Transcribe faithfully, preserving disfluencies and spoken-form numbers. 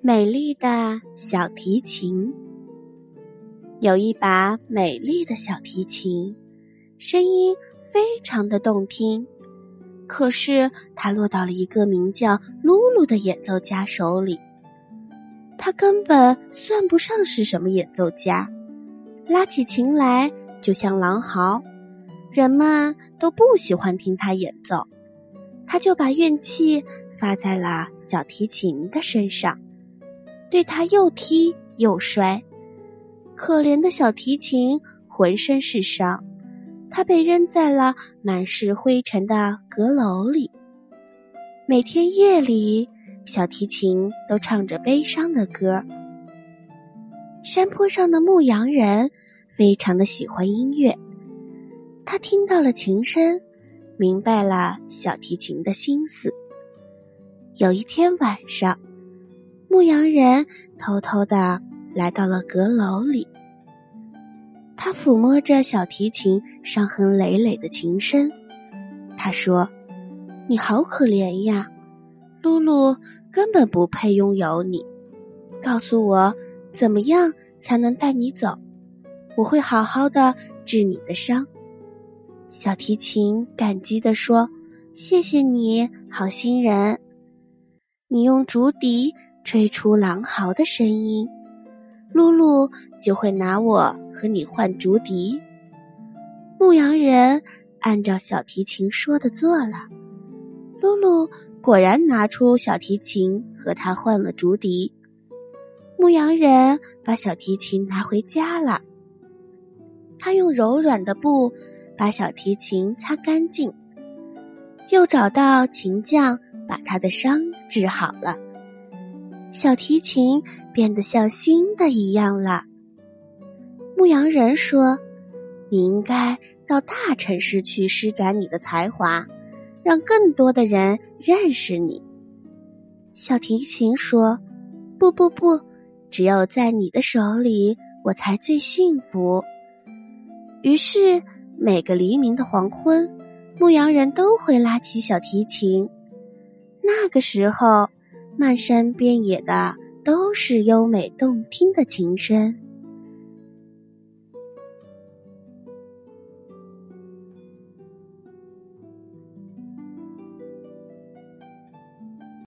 美丽的小提琴。有一把美丽的小提琴，声音非常的动听，可是它落到了一个名叫露露的演奏家手里。他根本算不上是什么演奏家，拉起琴来就像狼嚎，人们都不喜欢听他演奏。他就把怨气发在了小提琴的身上，对他又踢又摔。可怜的小提琴浑身是伤，他被扔在了满是灰尘的阁楼里。每天夜里，小提琴都唱着悲伤的歌。山坡上的牧羊人非常的喜欢音乐，他听到了琴声，明白了小提琴的心思。有一天晚上，牧羊人偷偷地来到了阁楼里，他抚摸着小提琴伤痕累累的琴身，他说：“你好可怜呀，露露根本不配拥有你，告诉我怎么样才能带你走，我会好好的治你的伤。”小提琴感激地说：“谢谢你，好心人，你用竹笛吹出狼嚎的声音，露露就会拿我和你换竹笛。”牧羊人按照小提琴说的做了，露露果然拿出小提琴和他换了竹笛。牧羊人把小提琴拿回家了，他用柔软的布把小提琴擦干净，又找到琴匠把他的伤治好了，小提琴变得像新的一样了。牧羊人说：“你应该到大城市去施展你的才华，让更多的人认识你。”小提琴说：“不不不，只有在你的手里，我才最幸福。”于是每个黎明的黄昏，牧羊人都会拉起小提琴。那个时候，漫山遍野的都是优美动听的琴声。